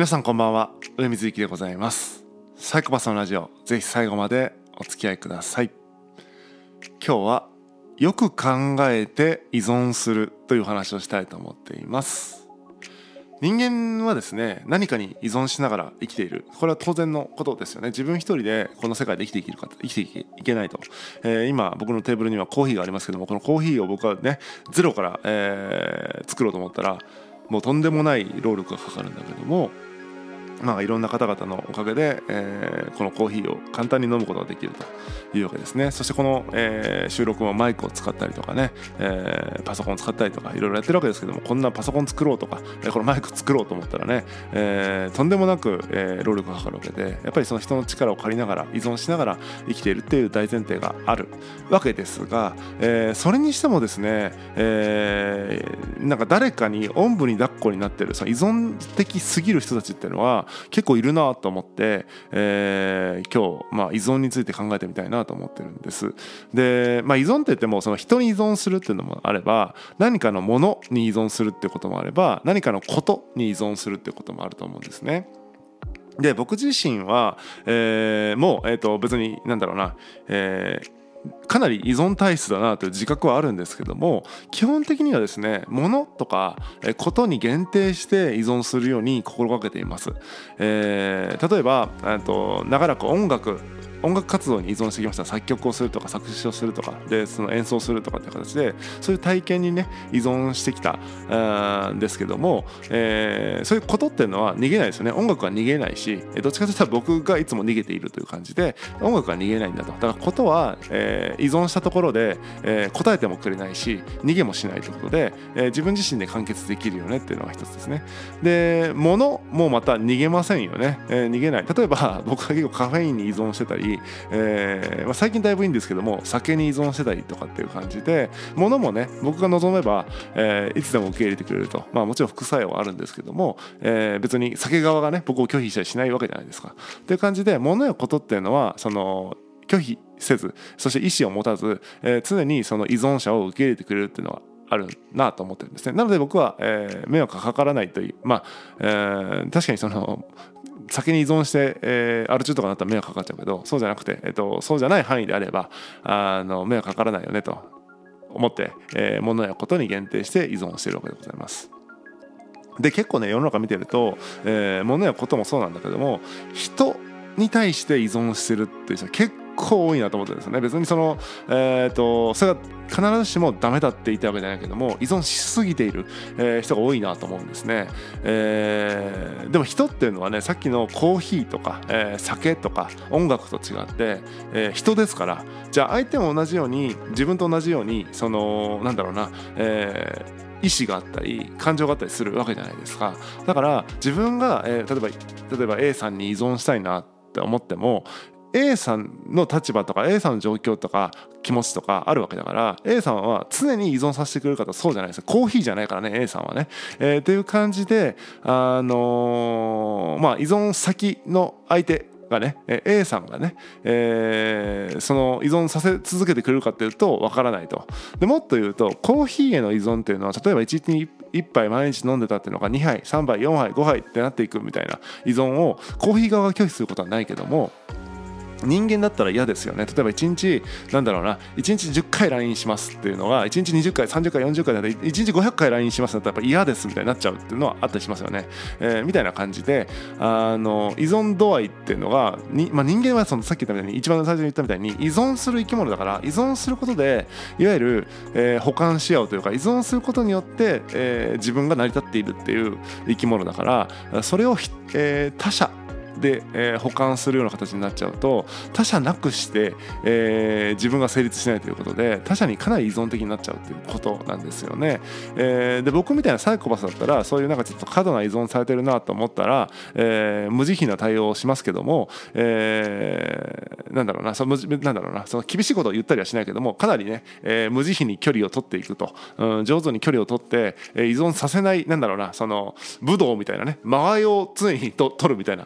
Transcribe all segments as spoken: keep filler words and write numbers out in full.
皆さんこんばんは、上水幸でございます。サイコパスのラジオ、ぜひ最後までお付き合いください。今日はよく考えて依存するという話をしたいと思っています。人間はですね、何かに依存しながら生きている。これは当然のことですよね。自分一人でこの世界で生きていけるか、生きていけないと、えー、今僕のテーブルにはコーヒーがありますけども、このコーヒーを僕はねゼロから、えー、作ろうと思ったらもうとんでもない労力がかかるんだけども、まあいろんな方々のおかげで、えー、このコーヒーを簡単に飲むことができるというわけですね。そしてこの、えー、収録もマイクを使ったりとかね、えー、パソコンを使ったりとかいろいろやってるわけですけども、こんなパソコン作ろうとか、えー、このマイク作ろうと思ったらね、えー、とんでもなく、えー、労力がかかるわけで、やっぱりその人の力を借りながら依存しながら生きているっていう大前提があるわけですが、えー、それにしてもですね、えー、なんか誰かにおんぶに抱っこになってるその依存的すぎる人たちっていうのは結構いるなと思って、えー、今日、まあ、依存について考えてみたいなと思ってるんです。で、まあ、依存って言ってもその人に依存するっていうのもあれば、何かのものに依存するってこともあれば、何かのことに依存するってこともあると思うんですね。で、僕自身は、えー、もう、えーと、別に何だろうな、えーかなり依存体質だなという自覚はあるんですけども、基本的にはですね、物とかことに限定して依存するように心がけています。えー、例えばと長らく音楽音楽活動に依存してきました。作曲をするとか作詞をするとかで、その演奏するとかっていう形でそういう体験にね依存してきたんですけども、えー、そういうことっていうのは逃げないですよね。音楽は逃げないし、どっちかというと僕がいつも逃げているという感じで、音楽は逃げないんだと。だからことは、えー、依存したところで、えー、答えてもくれないし逃げもしないということで、えー、自分自身で完結できるよねっていうのが一つですね。で、物もまた逃げませんよね。えー、逃げない。例えば僕は結構カフェインに依存してたり、えーまあ、最近だいぶいいんですけども、酒に依存してたりとかっていう感じで、物もね僕が望めば、えー、いつでも受け入れてくれると。まあもちろん副作用はあるんですけども、えー、別に酒側がね僕を拒否したりしないわけじゃないですか。っていう感じで、物やことっていうのはその拒否せず、そして意思を持たず、えー、常にその依存者を受け入れてくれるっていうのはあるなと思ってるんですね。なので僕は、えー、迷惑がかからないという、まあ、えー、確かにその酒に依存して、えー、アル中とかになったら迷惑かかっちゃうけど、そうじゃなくて、えーと、そうじゃない範囲であればあの迷惑かからないよねと思って、えー、物やことに限定して依存しているわけでございます。で、結構ね世の中見てると、えー、物やこともそうなんだけども、人に対して依存してるっていう人は結構多いなと思ってるんですよね。別にその、えーと、それが必ずしもダメだって言ったわけじゃないけども、依存しすぎている、えー、人が多いなと思うんですね。えー、でも人っていうのはね、さっきのコーヒーとか、えー、酒とか音楽と違って、えー、人ですから、じゃあ相手も同じように、自分と同じようにそのなんだろうな、えー意思があったり感情があったりするわけじゃないですか。だから自分が、えー、例えば例えば A さんに依存したいなって思っても、 A さんの立場とか A さんの状況とか気持ちとかあるわけだから、 A さんは常に依存させてくれるかとそうじゃないです。コーヒーじゃないからね A さんはね、えー、っていう感じで、あのー、まあ依存先の相手がね、A さんがね、えー、その依存させ続けてくれるかっていうとわからないと。でもっと言うと、コーヒーへの依存っていうのは、例えばいちにちにいっぱい毎日飲んでたっていうのがにはいさんばいよんはいごはいってなっていくみたいな依存をコーヒー側が拒否することはないけども、人間だったら嫌ですよね。例えばいちにちなんだろうないちにちじゅっかい ライン しますっていうのがいちにちにじゅっかいさんじゅっかいよんじゅっかいだったらいちにちごひゃっかい ライン しますだったらやっぱ嫌ですみたいになっちゃうっていうのはあったりしますよね。えー、みたいな感じで、あの依存度合いっていうのがに、まあ、人間はそのさっき言ったみたいに一番最初に言ったみたいに依存する生き物だから、依存することでいわゆる、えー、補完し合うというか、依存することによって、えー、自分が成り立っているっていう生き物だから、それを、えー、他者で、えー、補完するような形になっちゃうと、他者なくして、えー、自分が成立しないということで、他者にかなり依存的になっちゃうということなんですよね。えー、で僕みたいなサイコパスだったら、そういうなんかちょっと過度な依存されてるなと思ったら、えー、無慈悲な対応をしますけども、えー、なんだろうなそのなんだろうなその厳しいことを言ったりはしないけども、かなりね、えー、無慈悲に距離を取っていくと、うん、上手に距離を取って、えー、依存させない、なんだろうなその武道みたいなね、間合いを常にと取るみたいな、えー、よく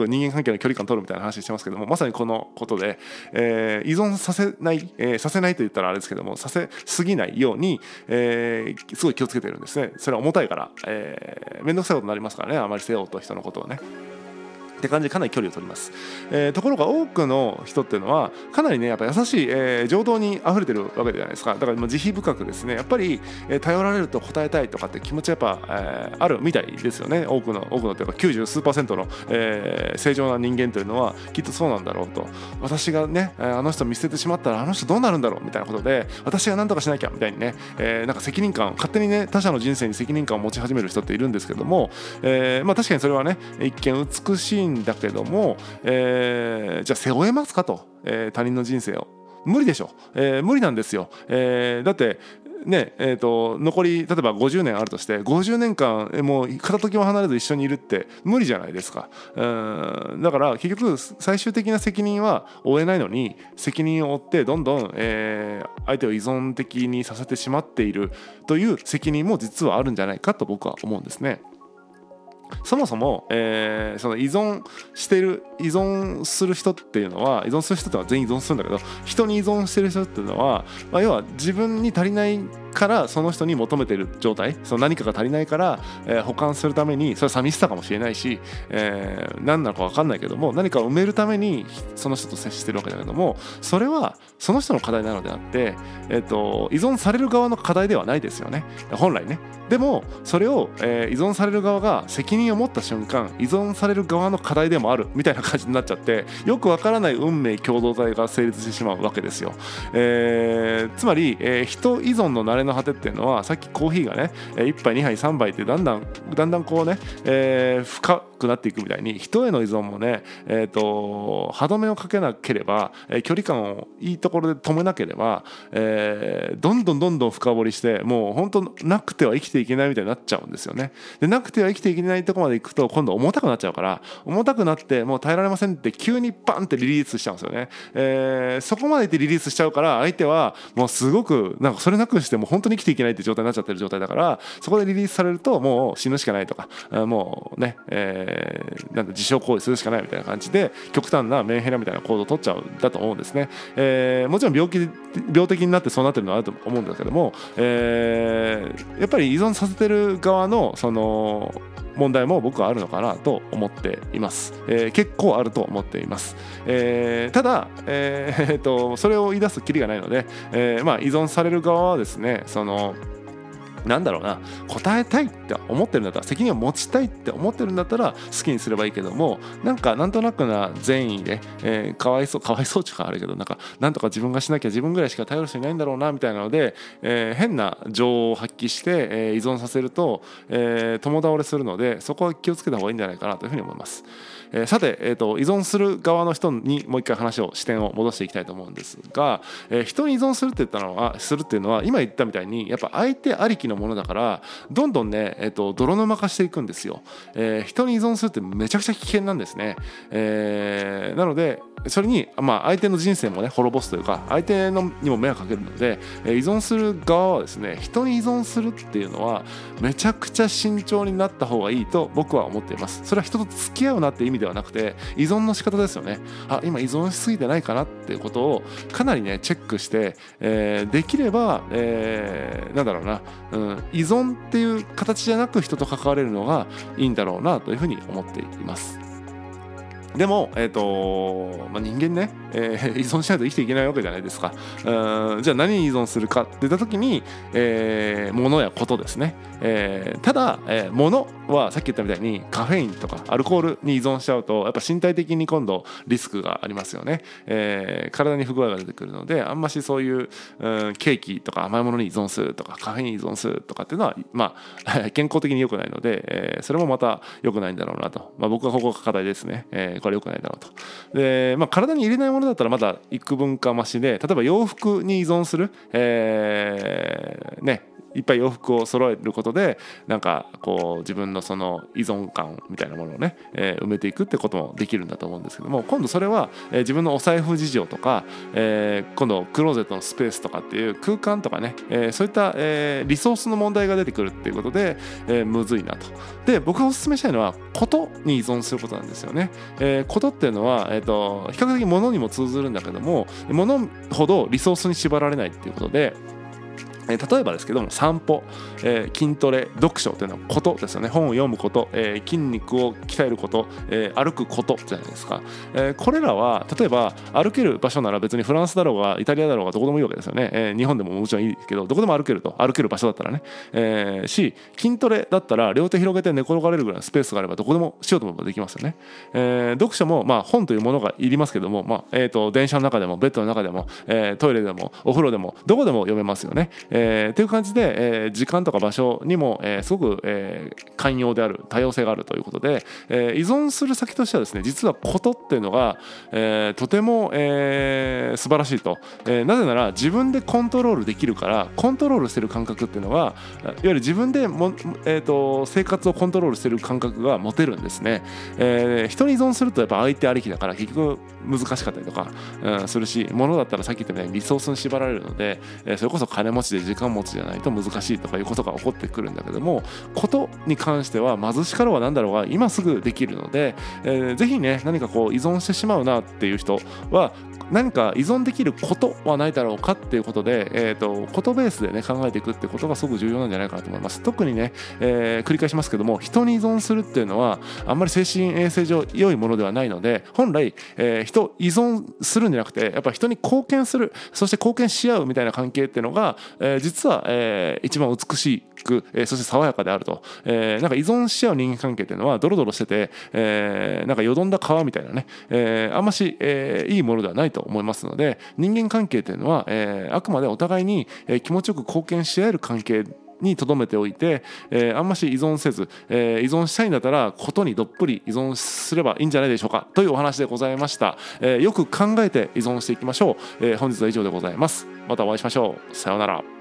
く人間関係の距離感取るみたいな話してますけども、まさにこのことで、えー、依存させない、えー、させないと言ったらあれですけども、させすぎないように、えー、すごい気をつけてるんですね。それは重たいから、えー、めんどくさいことになりますからね、あまり背負うと人のことをねって感じでかなり距離を取ります、えー、ところが多くの人っていうのはかなりねやっぱ優しい、えー、情動に溢れてるわけじゃないですか。だから慈悲深くですねやっぱり、えー、頼られると答えたいとかって気持ちはやっぱ、えー、あるみたいですよね。多くの多くのというかきゅうじゅうすうパーセントの、えー、正常な人間というのはきっとそうなんだろうと。私がねあの人見捨ててしまったらあの人どうなるんだろうみたいなことで私が何とかしなきゃみたいにね、えー、なんか責任感勝手にね他者の人生に責任感を持ち始める人っているんですけども、えー、まあ確かにそれはね一見美しいんだけども、えー、じゃあ背負えますかと、えー、他人の人生を無理でしょ、えー、無理なんですよ、えー、だってねえー、と残り例えばごじゅうねんあるとしてごじゅうねんかんもう片時も離れず一緒にいるって無理じゃないですか。うんだから結局最終的な責任は負えないのに責任を負ってどんどん、えー、相手を依存的にさせてしまっているという責任も実はあるんじゃないかと僕は思うんですね。そもそも、えー、その依存している依存する人っていうのは依存する人ってのは全員依存するんだけど人に依存している人っていうのは、まあ、要は自分に足りないからその人に求めている状態その何かが足りないから、えー、補完するためにそれは寂しさかもしれないし、えー、何なのか分かんないけども何かを埋めるためにその人と接してるわけだけどもそれはその人の課題なのであって、えーと、依存される側の課題ではないですよね本来ね。でもそれを、えー、依存される側が責任を持った瞬間依存される側の課題でもあるみたいな感じになっちゃってよくわからない運命共同体が成立してしまうわけですよ、えー、つまり、えー、人依存の慣れの果てっていうのはさっきコーヒーがねいっぱいにはいさんばいってだんだんだんだんこうね、えー、深くなっていくみたいに人への依存もね、えーと、歯止めをかけなければ、えー、距離感をいいところで止めなければ、えー、どんどんどんどん深掘りしてもう本当なくては生きていけないみたいになっちゃうんですよね。でなくては生きていけないところまで行くと今度重たくなっちゃうから重たくなってもう耐えられませんって急にバンってリリースしちゃうんですよね、えー、そこまでいってリリースしちゃうから相手はもうすごくなんかそれなくしても本当に生きていけないって状態になっちゃってる状態だからそこでリリースされるともう死ぬしかないとかもうね、えー、なんだ自傷行為するしかないみたいな感じで極端なメンヘラみたいな行動を取っちゃうんだと思うんですね、えー、もちろん病気病的になってそうなってるのはあると思うんだけども、えー、やっぱり依存させてる側のその問題も僕はあるのかなと思っています、えー、結構あると思っています、えー、ただ、えーえー、とそれを言い出すきりがないので、えーまあ、依存される側はですねそのなんだろうな答えたいって思ってるんだったら責任を持ちたいって思ってるんだったら好きにすればいいけどもなんかなんとなくな善意で、えー、かわいそうかわいそうっていうかあるけどなんかなんとか自分がしなきゃ自分ぐらいしか頼る人いないんだろうなみたいなので、えー、変な情を発揮して、えー、依存させると、えー、共倒れするのでそこは気をつけた方がいいんじゃないかなというふうに思います。えー、さて、えーと、依存する側の人にもう一回話を視点を戻していきたいと思うんですが、えー、人に依存するって言ったのはするっていうのは今言ったみたいにやっぱ相手ありきのものだからどんどんね、えーと、泥沼化していくんですよ、えー、人に依存するってめちゃくちゃ危険なんですね、えー、なのでそれに、まあ、相手の人生もね滅ぼすというか相手のにも迷惑かけるので、えー、依存する側はですね人に依存するっていうのはめちゃくちゃ慎重になった方がいいと僕は思っています。それは人と付き合うなって意味ではなくて依存の仕方ですよね。あ今依存しすぎてないかなっていうことをかなりねチェックして、えー、できれば、えー、なんだろうな、うん、依存っていう形じゃなく人と関われるのがいいんだろうなというふうに思っています。でも、えーとまあ、人間ね、えー、依存しないと生きていけないわけじゃないですか。うんじゃあ何に依存するかって言った時に、えー、物やことですね、えー、ただ、えー、物はさっき言ったみたいにカフェインとかアルコールに依存しちゃうとやっぱ身体的に今度リスクがありますよね、えー、体に不具合が出てくるのであんましそういう、うん、ケーキとか甘いものに依存するとかカフェインに依存するとかっていうのは、まあ、健康的に良くないので、えー、それもまた良くないんだろうなと、まあ、僕はここが課題ですね、えー、これ良くないだろうと。で、まあ、体に入れないものだったらまだ幾分かマシで例えば洋服に依存する、えー、ねいっぱい洋服を揃えることでなんかこう自分のその依存感みたいなものをね、えー、埋めていくってこともできるんだと思うんですけども、今度それは、えー、自分のお財布事情とか、えー、今度クローゼットのスペースとかっていう空間とかね、えー、そういった、えー、リソースの問題が出てくるっていうことで、えー、むずいなと。で僕がお勧めしたいのはことに依存することなんですよね。えー、ことっていうのは、えーと、比較的物にも通ずるんだけども、物ほどリソースに縛られないっていうことで、えー、例えばですけども散歩、えー、筋トレ、読書というのはことですよね。本を読むこと、えー、筋肉を鍛えること、えー、歩くことじゃないですか。えー、これらは例えば歩ける場所なら別にフランスだろうがイタリアだろうがどこでもいいわけですよね。えー、日本でももちろんいいけどどこでも歩けると、歩ける場所だったらね、えー、し筋トレだったら両手広げて寝転がれるぐらいのスペースがあればどこでもしようと思えばできますよね。えー、読書もまあ本というものがいりますけども、まあえー、と電車の中でもベッドの中でも、えー、トイレでもお風呂でもどこでも読めますよね。えー、っていう感じで、えー、時間とか場所にも、えー、すごく、えー、寛容である、多様性があるということで、えー、依存する先としてはですね、実はことっていうのが、えー、とても、えー、素晴らしいと、えー、なぜなら自分でコントロールできるから、コントロールしてる感覚っていうのは、いわゆる自分でも、えー、と生活をコントロールしてる感覚が持てるんですね。えー、人に依存するとやっぱ相手ありきだから結局難しかったりとか、うん、するし、物だったらさっき言ったみたいにリソースに縛られるので、えー、それこそ金持ちで時間持ちじゃないと難しいとかいうことが起こってくるんだけども、ことに関しては貧しかろうが何だろうが今すぐできるので、えー、ぜひね、何かこう依存してしまうなっていう人は何か依存できることはないだろうかっていうことで、えーと、ことベースでね考えていくってことがすごく重要なんじゃないかなと思います。特にね、えー、繰り返しますけども、人に依存するっていうのはあんまり精神衛生上良いものではないので、本来、えー、人依存するんじゃなくてやっぱ人に貢献する、そして貢献し合うみたいな関係っていうのが、えー、実は、えー、一番美しく、えー、そして爽やかであると、えー、なんか依存し合う人間関係っていうのはドロドロしてて、えー、なんかよどんだ川みたいなね、えー、あんまし、えー、いいものではないと思いますので、人間関係というのは、えー、あくまでお互いに、えー、気持ちよく貢献し合える関係に留めておいて、えー、あんまし依存せず、えー、依存したいんだったらことにどっぷり依存すればいいんじゃないでしょうかというお話でございました。えー、よく考えて依存していきましょう。えー、本日は以上でございます。またお会いしましょう。さようなら。